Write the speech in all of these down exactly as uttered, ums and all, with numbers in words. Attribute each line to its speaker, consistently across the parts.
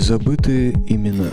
Speaker 1: Незабытые имена.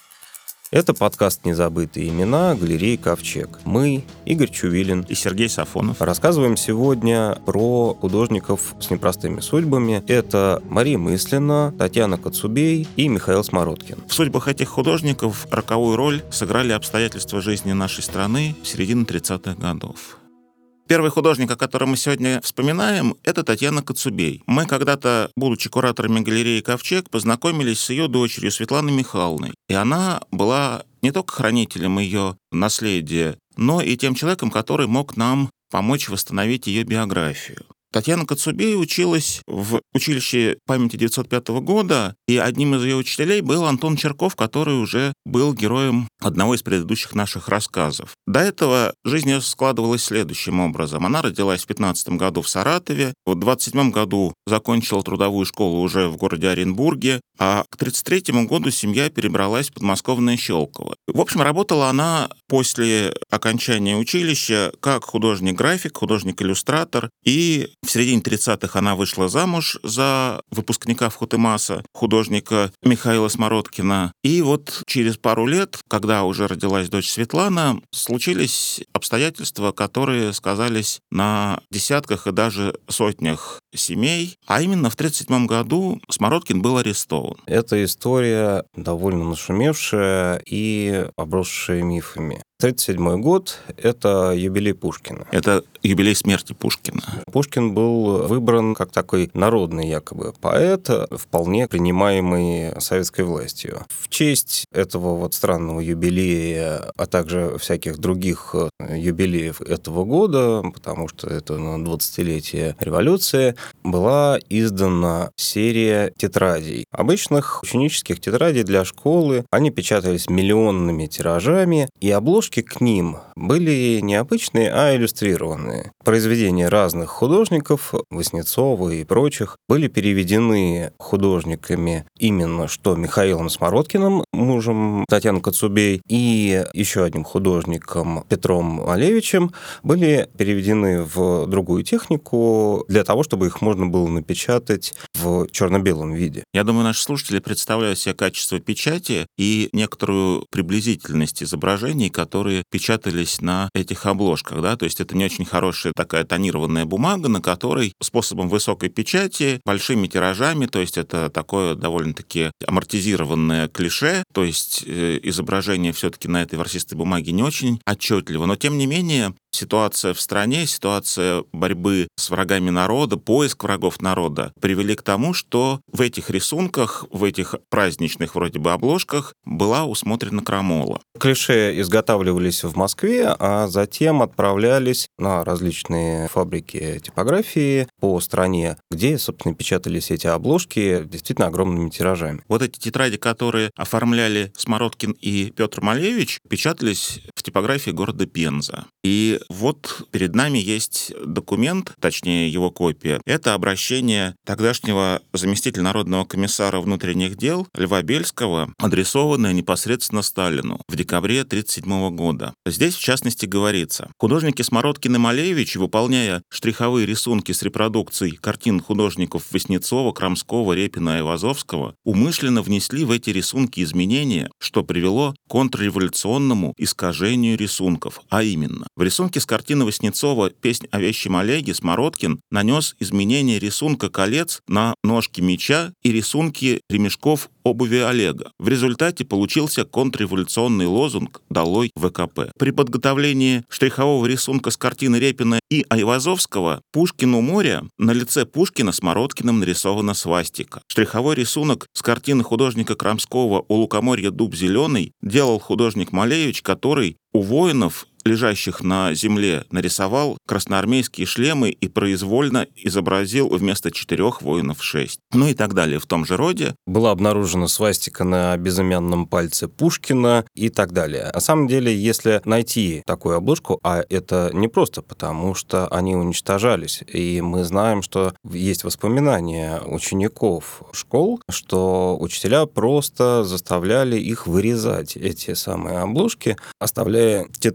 Speaker 2: Это подкаст «Незабытые имена» галереи «Ковчег». Мы, Игорь Чувилин
Speaker 3: и Сергей Сафонов,
Speaker 2: рассказываем сегодня про художников с непростыми судьбами. Это Мария Мыслина, Татьяна Коцубей и Михаил Смородкин.
Speaker 3: В судьбах этих художников роковую роль сыграли обстоятельства жизни нашей страны в середине тридцатых годов. Первый художник, о котором мы сегодня вспоминаем, это Татьяна Коцубей. Мы когда-то, будучи кураторами галереи «Ковчег», познакомились с ее дочерью Светланой Михайловной. И она была не только хранителем ее наследия, но и тем человеком, который мог нам помочь восстановить ее биографию. Татьяна Коцубей училась в училище памяти девятьсот пятого года, и одним из ее учителей был Антон Черков, который уже был героем одного из предыдущих наших рассказов. До этого жизнь ее складывалась следующим образом. Она родилась в пятнадцатом году в Саратове, в двадцать седьмом году закончила трудовую школу уже в городе Оренбурге, а к тридцать третьему году семья перебралась в подмосковное Щелково. В общем, работала она после окончания училища как художник-график, художник-иллюстратор, и в середине тридцатых она вышла замуж за выпускника Вхотемаса, художника Михаила Смородкина. И вот через пару лет, когда уже родилась дочь Светлана, случились обстоятельства, которые сказались на десятках и даже сотнях семей. А именно в тридцать седьмом году Смородкин был арестован.
Speaker 2: Эта история довольно нашумевшая и обросшая мифами. тридцать седьмой год — это юбилей Пушкина.
Speaker 3: Это юбилей смерти Пушкина.
Speaker 2: Пушкин был выбран как такой народный якобы поэт, вполне принимаемый советской властью. В честь этого вот странного юбилея, а также всяких других юбилеев этого года, потому что это на двадцатилетие революции, была издана серия тетрадей. Обычных ученических тетрадей для школы. Они печатались миллионными тиражами, и обложки к ним были не обычные, а иллюстрированные. Произведения разных художников, Васнецова и прочих, были переведены художниками именно что Михаилом Смородкиным, мужем Татьяны Коцубей, и еще одним художником Петром Малевичем, были переведены в другую технику для того, чтобы их можно было напечатать в черно-белом виде.
Speaker 3: Я думаю, наши слушатели представляют себе качество печати и некоторую приблизительность изображений, которые печатались на этих обложках, да, то есть это не очень хорошая такая тонированная бумага, на которой способом высокой печати, большими тиражами, то есть это такое довольно-таки амортизированное клише, то есть э, изображение все-таки на этой ворсистой бумаге не очень отчетливо, но тем не менее ситуация в стране, ситуация борьбы с врагами народа, поиск врагов народа привели к тому, что в этих рисунках, в этих праздничных вроде бы обложках была усмотрена крамола.
Speaker 2: Клише изготавливались в Москве, а затем отправлялись на различные фабрики типографии по стране, где, собственно, печатались эти обложки действительно огромными тиражами.
Speaker 3: Вот эти тетради, которые оформляли Смородкин и Петр Малевич, печатались в типографии города Пенза. И вот перед нами есть документ, точнее его копия. Это обращение тогдашнего заместителя народного комиссара внутренних дел Льва Бельского, адресованное непосредственно Сталину в декабре тридцать седьмого года. Здесь, в частности, говорится: художники Смородкин и Малевич, выполняя штриховые рисунки с репродукцией картин художников Васнецова, Крамского, Репина и Айвазовского, умышленно внесли в эти рисунки изменения, что привело к контрреволюционному искажению рисунков, а именно в рисунке с картины Васнецова «Песнь о вещем Олеге» Смородкин нанес изменение рисунка колец на ножки меча и рисунки ремешков обуви Олега. В результате получился контрреволюционный лозунг «Долой ВКП». При подготовлении штрихового рисунка с картины Репина и Айвазовского «Пушкину море» на лице Пушкина Смородкиным нарисована свастика. Штриховой рисунок с картины художника Крамского «У лукоморья дуб зеленый» делал художник Малевич, который у воинов, лежащих на земле, нарисовал красноармейские шлемы и произвольно изобразил вместо четырех воинов шесть. Ну и так далее в том же роде.
Speaker 2: Была обнаружена свастика на безымянном пальце Пушкина и так далее. На самом деле, если найти такую обложку, а это не просто потому, что они уничтожались, и мы знаем, что есть воспоминания учеников школ, что учителя просто заставляли их вырезать, эти самые обложки, оставляя тетради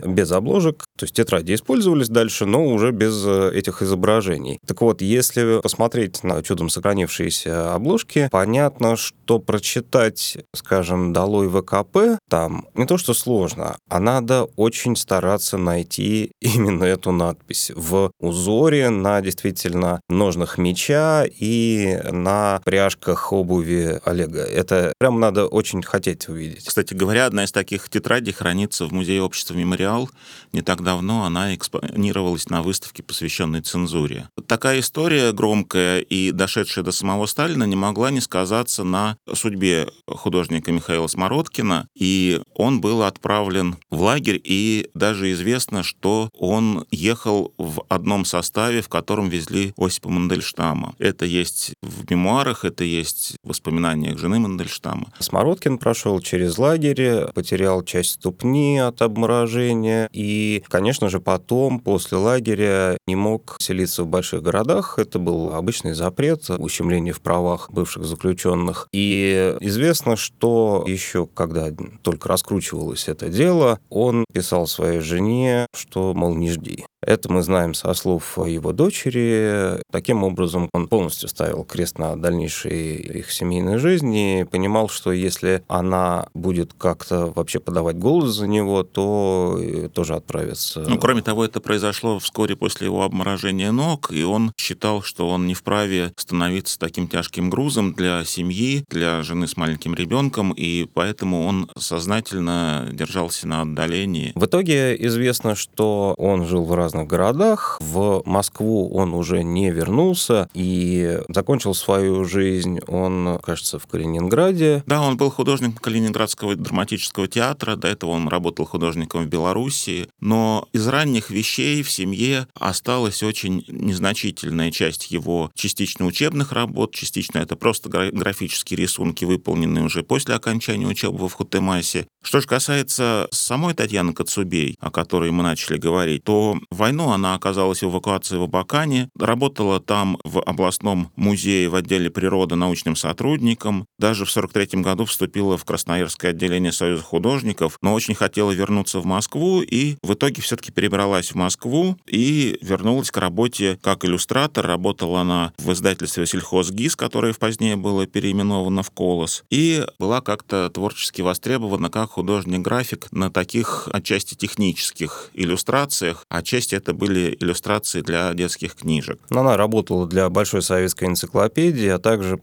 Speaker 2: без обложек, то есть тетради использовались дальше, но уже без этих изображений. Так вот, если посмотреть на чудом сохранившиеся обложки, понятно, что прочитать, скажем, «Долой ВКП» там не то что сложно, а надо очень стараться найти именно эту надпись в узоре на действительно ножнах меча и на пряжках обуви Олега. Это прям надо очень хотеть увидеть.
Speaker 3: Кстати говоря, одна из таких тетрадей хранится в Музее общества «Мемориал». Не так давно она экспонировалась на выставке, посвященной цензуре. Такая история громкая и дошедшая до самого Сталина не могла не сказаться на судьбе художника Михаила Смородкина, и он был отправлен в лагерь, и даже известно, что он ехал в одном составе, в котором везли Осипа Мандельштама. Это есть в мемуарах, это есть в воспоминаниях жены Мандельштама.
Speaker 2: Смородкин прошел через лагерь, потерял часть ступни от обморожения, и, конечно же, потом, после лагеря, не мог селиться в больших городах. Это был обычный запрет, ущемление в правах бывших заключенных. И известно, что еще когда только раскручивалось это дело, он писал своей жене, что, мол, не жди. Это мы знаем со слов его дочери. Таким образом, он полностью ставил крест на дальнейшей их семейной жизни, понимал, что если она будет как-то вообще подавать голос за него, то тоже отправится.
Speaker 3: Ну, кроме того, это произошло вскоре после его обморожения ног, и он считал, что он не вправе становиться таким тяжким грузом для семьи, для жены с маленьким ребенком, и поэтому он сознательно держался на отдалении.
Speaker 2: В итоге известно, что он жил в разных городах. В Москву он уже не вернулся и закончил свою жизнь он, кажется, в Калининграде.
Speaker 3: Да, он был художником Калининградского драматического театра, до этого он работал художником в Белоруссии, но из ранних вещей в семье осталась очень незначительная часть его частично учебных работ, частично это просто графические рисунки, выполненные уже после окончания учебы в Хутемасе. Что же касается самой Татьяны Коцубей, о которой мы начали говорить, то в войну она оказалась в эвакуации в Абакане, работала там в областном музее в отделе природы научным сотрудником, даже в сорок третьем году вступила в Красноярское отделение Союза художников, но очень хотела вернуться в Москву и в итоге все-таки перебралась в Москву и вернулась к работе как иллюстратор. Работала она в издательстве «Сельхозгиз», которое позднее было переименовано в «Колос», и была как-то творчески востребована как художник-график на таких отчасти технических иллюстрациях, отчасти это были иллюстрации для детских книжек.
Speaker 2: Она работала для Большой советской энциклопедии, а также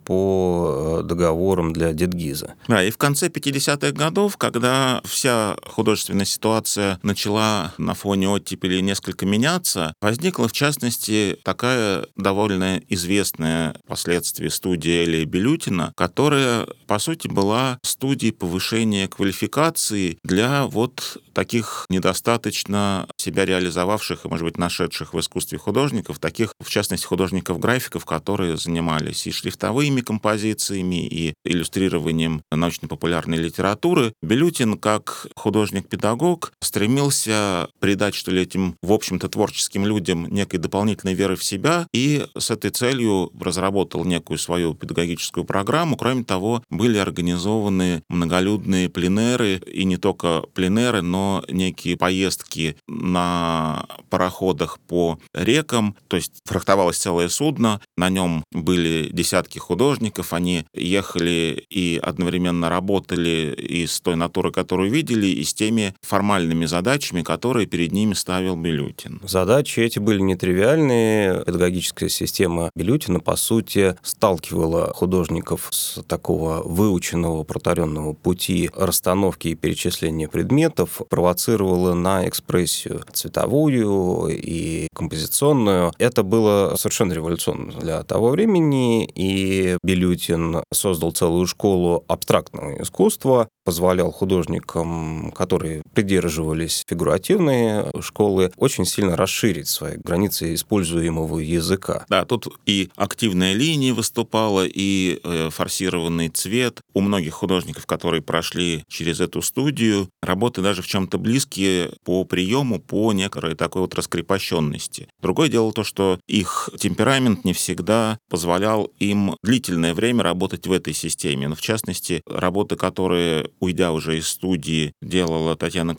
Speaker 2: по договорам для Дедгиза.
Speaker 3: Да, и в конце пятидесятых годов, когда вся художественная ситуация начала на фоне оттепели несколько меняться, возникла, в частности, такая довольно известная впоследствии студия Элия Белютина, которая, по сути, была студией повышения квалификации для вот таких недостаточно себя реализовавших и, может быть, нашедших в искусстве художников, таких, в частности, художников-графиков, которые занимались и шрифтовыми композициями, и иллюстрированием научно-популярной литературы. Белютин, как художник-педагог, стремился придать, что ли, этим, в общем-то, творческим людям некой дополнительной веры в себя, и с этой целью разработал некую свою педагогическую программу. Кроме того, были организованы многолюдные пленеры, и не только пленеры, но некие поездки на пароходах по рекам, то есть фрахтовалось целое судно, на нем были десятки художников, они ехали и одновременно работали и с той натурой, которую видели, и с теми формальными задачами, которые перед ними ставил Белютин.
Speaker 2: Задачи эти были нетривиальные. Педагогическая система Белютина, по сути, сталкивала художников с такого выученного, протаренного пути расстановки и перечисления предметов, провоцировала на экспрессию цветовую и композиционную. Это было совершенно революционно для того времени, и Белютин создал целую школу абстрактного искусства, позволял художникам, которые придерживались фигуративной школы, очень сильно расширить свои границы используемого языка.
Speaker 3: Да, тут и активная линия выступала, и э, форсированный цвет. У многих художников, которые прошли через эту студию, работы даже в чем-то близкие по приему, по некоторой такой вот раскрепощенности. Другое дело то, что их темперамент не всегда позволял им длительное время работать в этой системе. Но, в частности, работы, которые, уйдя уже из студии, делала Татьяна Коцубей,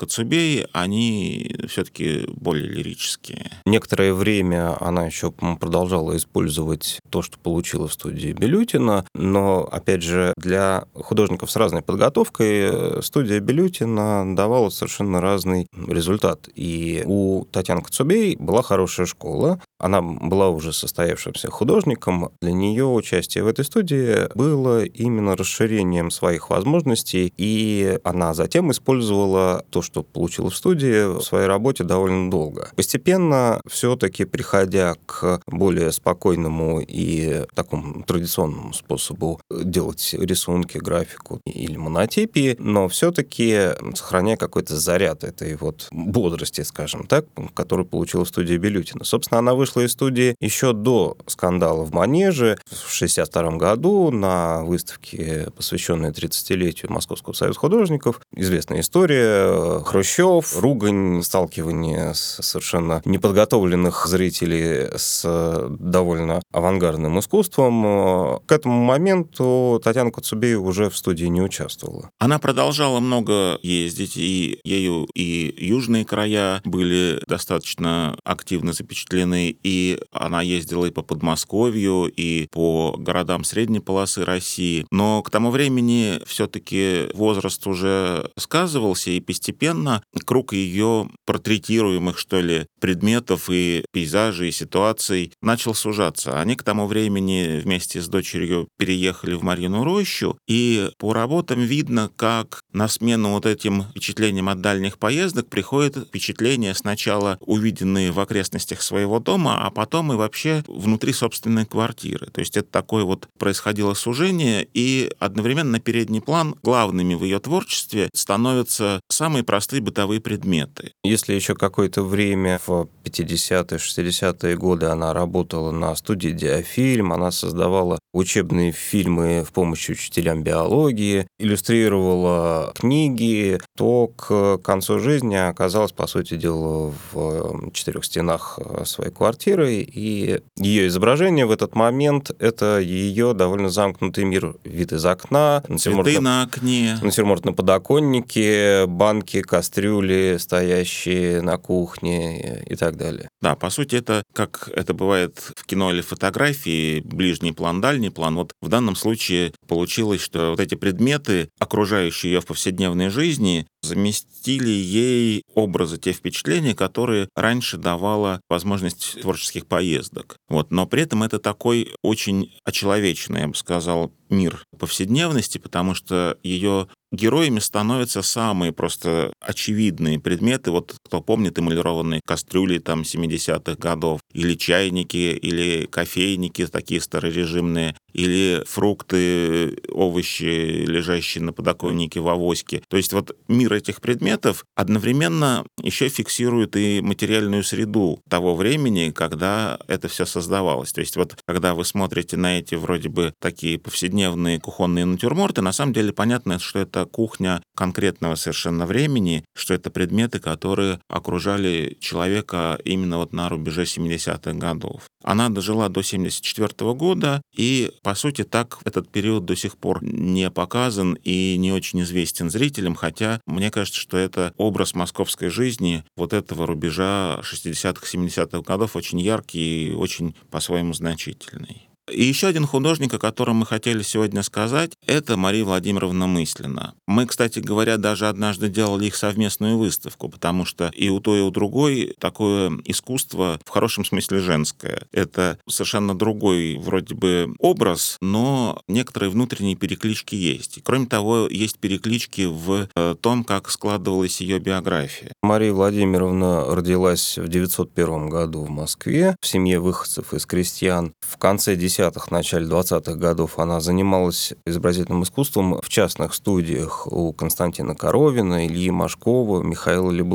Speaker 3: идеи, они все-таки более лирические.
Speaker 2: Некоторое время она еще продолжала использовать то, что получила в студии Белютина, но, опять же, для художников с разной подготовкой студия Белютина давала совершенно разный результат. И у Татьяны Коцубей была хорошая школа, она была уже состоявшимся художником. Для нее участие в этой студии было именно расширением своих возможностей, и она затем использовала то, что получила в студии, в своей работе довольно долго. Постепенно, все-таки приходя к более спокойному и такому традиционному способу делать рисунки, графику или монотипии, но все-таки сохраняя какой-то заряд этой вот бодрости, скажем так, которую получила в студии Белютина. Собственно, она вышла из студии еще до скандала в Манеже в шестьдесят втором году на выставке, посвященной тридцатилетию Московского союза художников. Известная история. Хрущев, ругань, сталкивание с совершенно неподготовленных зрителей с довольно авангардным искусством. К этому моменту Татьяна Коцубеева уже в студии не участвовала.
Speaker 3: Она продолжала много ездить, и ею и южные края были достаточно активно запечатлены, и она ездила и по Подмосковью, и по городам средней полосы России. Но к тому времени все-таки возраст уже сказывался, и постепенно круг ее портретируемых, что ли, предметов и пейзажей, и ситуаций начал сужаться. Они к тому времени вместе с дочерью переехали в Марьину Рощу, и по работам видно, как на смену вот этим впечатлениям от дальних поездок приходит впечатления, сначала увиденные в окрестностях своего дома, а потом и вообще внутри собственной квартиры. То есть это такое вот происходило сужение, и одновременно на передний план главными в ее творчестве становятся самые простые бытовые предметы.
Speaker 2: Если еще какое-то время в пятидесятые, шестидесятые годы она работала на студии «Диафильм», она создавала учебные фильмы в помощь учителям биологии, иллюстрировала книги, то к концу жизни оказалась, по сути дела, в четырех стенах своей квартиры, и ее изображение в этот момент — это ее довольно замкнутый мир, вид из окна,
Speaker 3: цветы на, на окне,
Speaker 2: натюрморт на подоконнике, банки, кастрюли, стоящие на кухне и так далее.
Speaker 3: Да, по сути, это, как это бывает в кино или фотографии, ближний план, дальний план. Вот в данном случае получилось, что вот эти предметы, окружающие ее в повседневной жизни, заместили ей образы, те впечатления, которые раньше давала возможность творческих поездок. Вот. Но при этом это такой очень очеловеченный, я бы сказал, мир повседневности, потому что ее героями становятся самые просто очевидные предметы. Вот кто помнит эмалированные кастрюли там семидесятых годов, или чайники, или кофейники такие старорежимные, или фрукты, овощи, лежащие на подоконнике в авоське. То есть вот мир этих предметов одновременно еще фиксирует и материальную среду того времени, когда это все создавалось. То есть вот когда вы смотрите на эти вроде бы такие повседневные кухонные натюрморты, на самом деле понятно, что это кухня конкретного совершенно времени, что это предметы, которые окружали человека именно вот на рубеже семидесятых годов. Она дожила до семьдесят четвёртого года, и, по сути, так этот период до сих пор не показан и не очень известен зрителям, хотя мне кажется, что это образ московской жизни вот этого рубежа шестидесятых, семидесятых годов очень яркий и очень по-своему значительный. И еще один художник, о котором мы хотели сегодня сказать, это Мария Владимировна Мыслина. Мы, кстати говоря, даже однажды делали их совместную выставку, потому что и у той, и у другой такое искусство в хорошем смысле женское. Это совершенно другой вроде бы образ, но некоторые внутренние переклички есть. И, кроме того, есть переклички в том, как складывалась ее биография.
Speaker 2: Мария Владимировна родилась в девятьсот первом году в Москве в семье выходцев из крестьян. В конце десятых, начале двадцатых годов она занималась изобразительным искусством в частных студиях у Константина Коровина, Ильи Машкова, Михаила Леблана.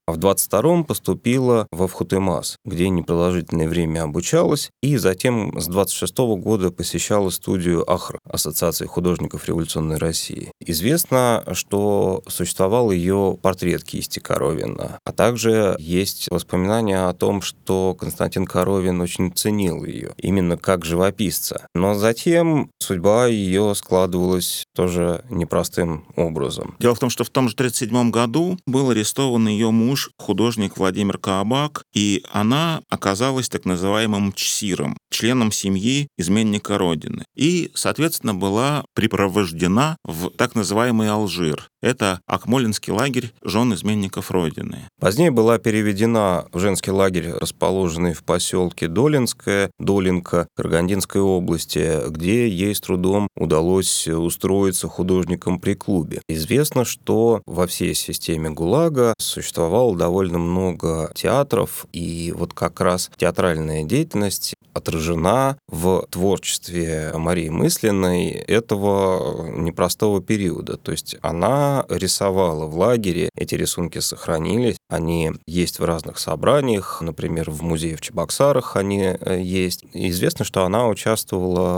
Speaker 2: а в двадцать втором поступила во Вхутемас, где непродолжительное время обучалась, и затем с двадцать шестого года посещала студию АХР, Ассоциации художников революционной России. Известно, что существовал ее портрет кисти Коровина, а также есть воспоминания о том, что Константин Коровин очень ценил ее, именно как живописца. Но затем судьба ее складывалась тоже непростым образом.
Speaker 3: Дело в том, что в том же тридцать седьмом году был арестован ее муж, художник Владимир Каабак, и она оказалась так называемым чсиром, членом семьи изменника Родины. И, соответственно, была припровождена в так называемый Алжир. Это Акмолинский лагерь жен изменников Родины.
Speaker 2: Позднее была переведена в женский лагерь, расположенный в поселке Долинское, Долинка, Карагандинской области, где ей с трудом удалось устроиться художником при клубе. Известно, что во всей системе ГУЛАГа существовало довольно много театров, и вот как раз театральная деятельность отражена в творчестве Марии Мыслиной этого непростого периода. То есть она рисовала в лагере, эти рисунки сохранились, они есть в разных собраниях, например, в музее в Чебоксарах они есть. И известно, что она участвовала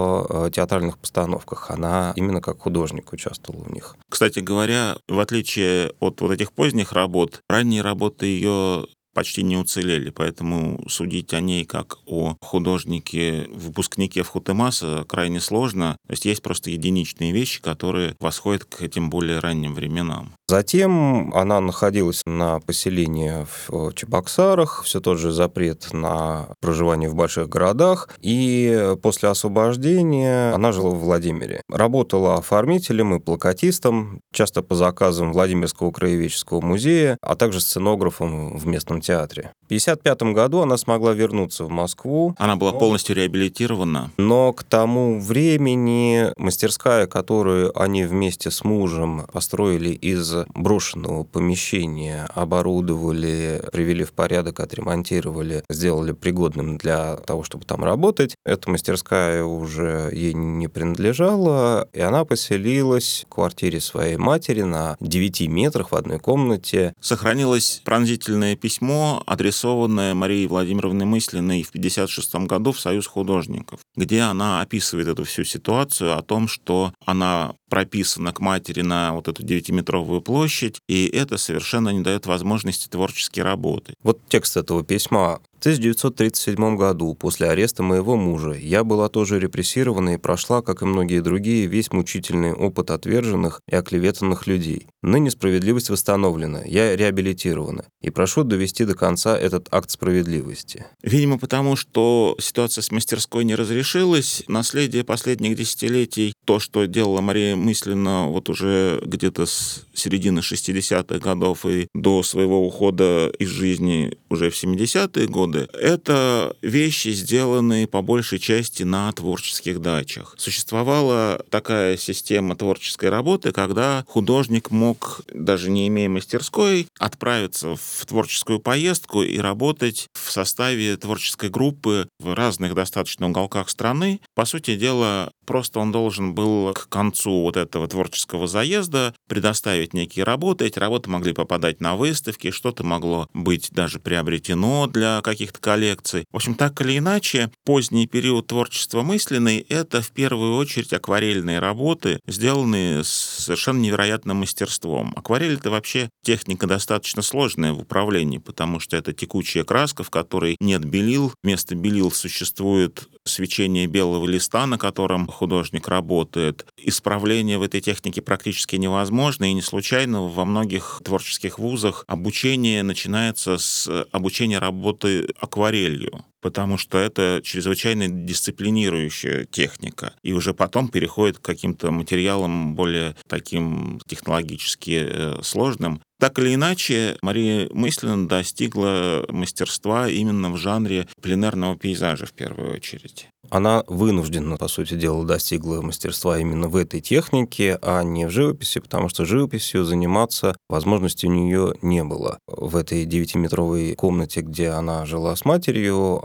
Speaker 2: в театральных постановках, она именно как художник участвовала в них.
Speaker 3: Кстати говоря, в отличие от вот этих поздних работ, ранние работы ее почти не уцелели, поэтому судить о ней как о художнике, выпускнике Вхутемаса крайне сложно. То есть есть просто единичные вещи, которые восходят к этим более ранним временам.
Speaker 2: Затем она находилась на поселении в Чебоксарах, все тот же запрет на проживание в больших городах, и после освобождения она жила в Владимире. Работала оформителем и плакатистом, часто по заказам Владимирского краеведческого музея, а также сценографом в местном театре. В пятьдесят пятом году она смогла вернуться в Москву.
Speaker 3: Она была полностью реабилитирована.
Speaker 2: Но к тому времени мастерская, которую они вместе с мужем построили из брошенного помещения, оборудовали, привели в порядок, отремонтировали, сделали пригодным для того, чтобы там работать, эта мастерская уже ей не принадлежала, и она поселилась в квартире своей матери на девяти метрах в одной комнате.
Speaker 3: Сохранилось пронзительное письмо, адресованное Марии Владимировне Мыслиной в пятьдесят шестом году в Союз художников, где она описывает эту всю ситуацию о том, что она прописана к матери на вот эту девятиметровую площадь, и это совершенно не дает возможности творчески работать.
Speaker 2: Вот текст этого письма. В тысяча девятьсот тридцать седьмом году, после ареста моего мужа, я была тоже репрессирована и прошла, как и многие другие, весь мучительный опыт отверженных и оклеветанных людей. Ныне справедливость восстановлена, я реабилитирована, и прошу довести до конца этот акт справедливости.
Speaker 3: Видимо, потому что ситуация с мастерской не разрешилась, наследие последних десятилетий, то, что делала Мария Мыслина вот уже где-то с середины шестидесятых годов и до своего ухода из жизни уже в семидесятые годы, это вещи, сделанные по большей части на творческих дачах. Существовала такая система творческой работы, когда художник мог, даже не имея мастерской, отправиться в творческую поездку и работать в составе творческой группы в разных достаточно уголках страны. По сути дела, просто он должен был к концу вот этого творческого заезда предоставить некие работы. Эти работы могли попадать на выставки, что-то могло быть даже приобретено для каких-то коллекций. В общем, так или иначе, поздний период творчества Мыслиной — это в первую очередь акварельные работы, сделанные с совершенно невероятным мастерством. Акварель — это вообще техника достаточно сложная в управлении, потому что это текучая краска, в которой нет белил. Вместо белил существует свечение белого листа, на котором художник работает. Исправление в этой технике практически невозможно, и не случайно во многих творческих вузах обучение начинается с обучения работы акварелью, потому что это чрезвычайно дисциплинирующая техника, и уже потом переходит к каким-то материалам более таким технологически сложным. Так или иначе, Мария Мыслина достигла мастерства именно в жанре пленэрного пейзажа в первую очередь.
Speaker 2: Она вынуждена, по сути дела, достигла мастерства именно в этой технике, а не в живописи, потому что живописью заниматься возможности у нее не было. В этой девятиметровой комнате, где она жила с матерью,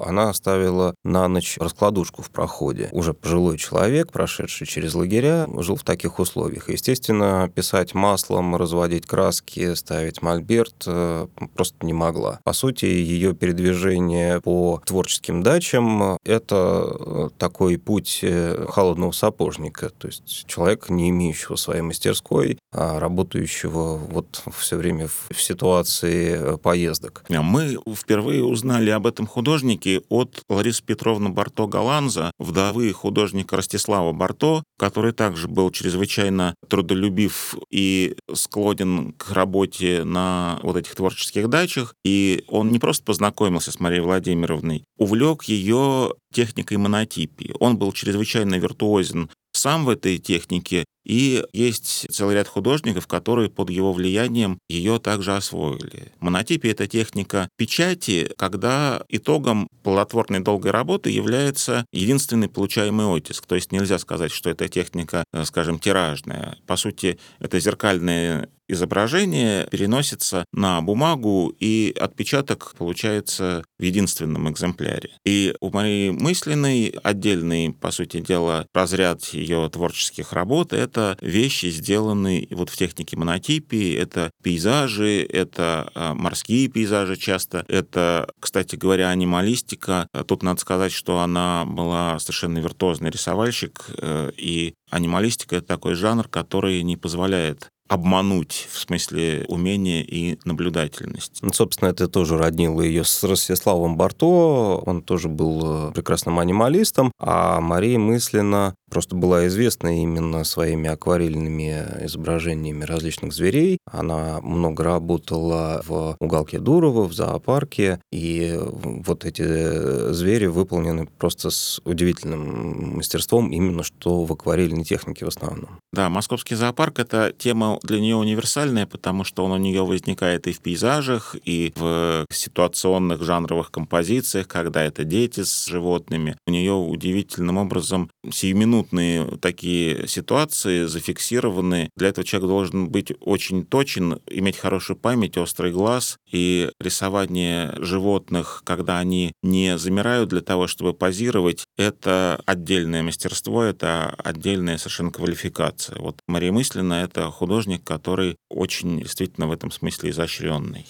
Speaker 2: она оставила на ночь раскладушку в проходе. Уже пожилой человек, прошедший через лагеря, жил в таких условиях. Естественно, писать маслом, разводить краски, ставить мольберт просто не могла. По сути, ее передвижение по творческим дачам – это такой путь холодного сапожника, то есть человека, не имеющего своей мастерской, а работающего вот все время в ситуации поездок.
Speaker 3: Мы впервые узнали об этом художнике от Ларисы Петровны Барто-Галанза, вдовы художника Ростислава Барто, который также был чрезвычайно трудолюбив и склонен к работе на вот этих творческих дачах. И он не просто познакомился с Марией Владимировной, увлек ее техникой монотипии. Он был чрезвычайно виртуозен сам в этой технике, и есть целый ряд художников, которые под его влиянием ее также освоили. Монотипия — это техника печати, когда итогом плодотворной долгой работы является единственный получаемый оттиск. То есть нельзя сказать, что эта техника, скажем, тиражная. По сути, это зеркальное изображение переносится на бумагу, и отпечаток получается в единственном экземпляре. И у Марии Мыслиной отдельный, по сути дела, разряд ее творческих работ — это вещи, сделанные вот в технике монотипии, это пейзажи, это морские пейзажи часто, это, кстати говоря, анималистика. Тут надо сказать, что она была совершенно виртуозный рисовальщик, и анималистика — это такой жанр, который не позволяет обмануть в смысле умения и наблюдательности.
Speaker 2: Ну, собственно, это тоже роднило ее с Ростиславом Барто. Он тоже был прекрасным анималистом, а Мария Мыслина просто была известна именно своими акварельными изображениями различных зверей. Она много работала в уголке Дурова, в зоопарке, и вот эти звери выполнены просто с удивительным мастерством, именно что в акварельной технике в основном.
Speaker 3: Да, московский зоопарк — это тема для нее универсальная, потому что он у нее возникает и в пейзажах, и в ситуационных жанровых композициях, когда это дети с животными. У нее удивительным образом сиюминутные такие ситуации зафиксированы. Для этого человек должен быть очень точен, иметь хорошую память, острый глаз, и рисование животных, когда они не замирают для того, чтобы позировать, это отдельное мастерство, это отдельная совершенно квалификация. Вот Мария Мыслина — это художник, который очень действительно в этом смысле изощренный.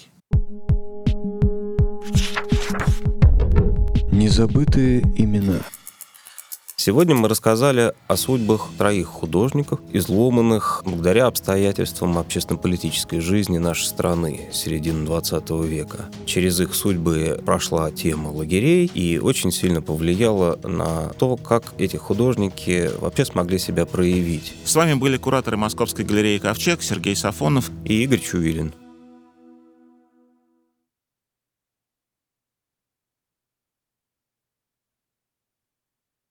Speaker 1: Незабытые имена.
Speaker 2: Сегодня мы рассказали о судьбах троих художников, изломанных благодаря обстоятельствам общественно-политической жизни нашей страны середины двадцатого века. Через их судьбы прошла тема лагерей и очень сильно повлияла на то, как эти художники вообще смогли себя проявить.
Speaker 3: С вами были кураторы Московской галереи «Ковчег» Сергей Сафонов
Speaker 2: и Игорь Чувилин.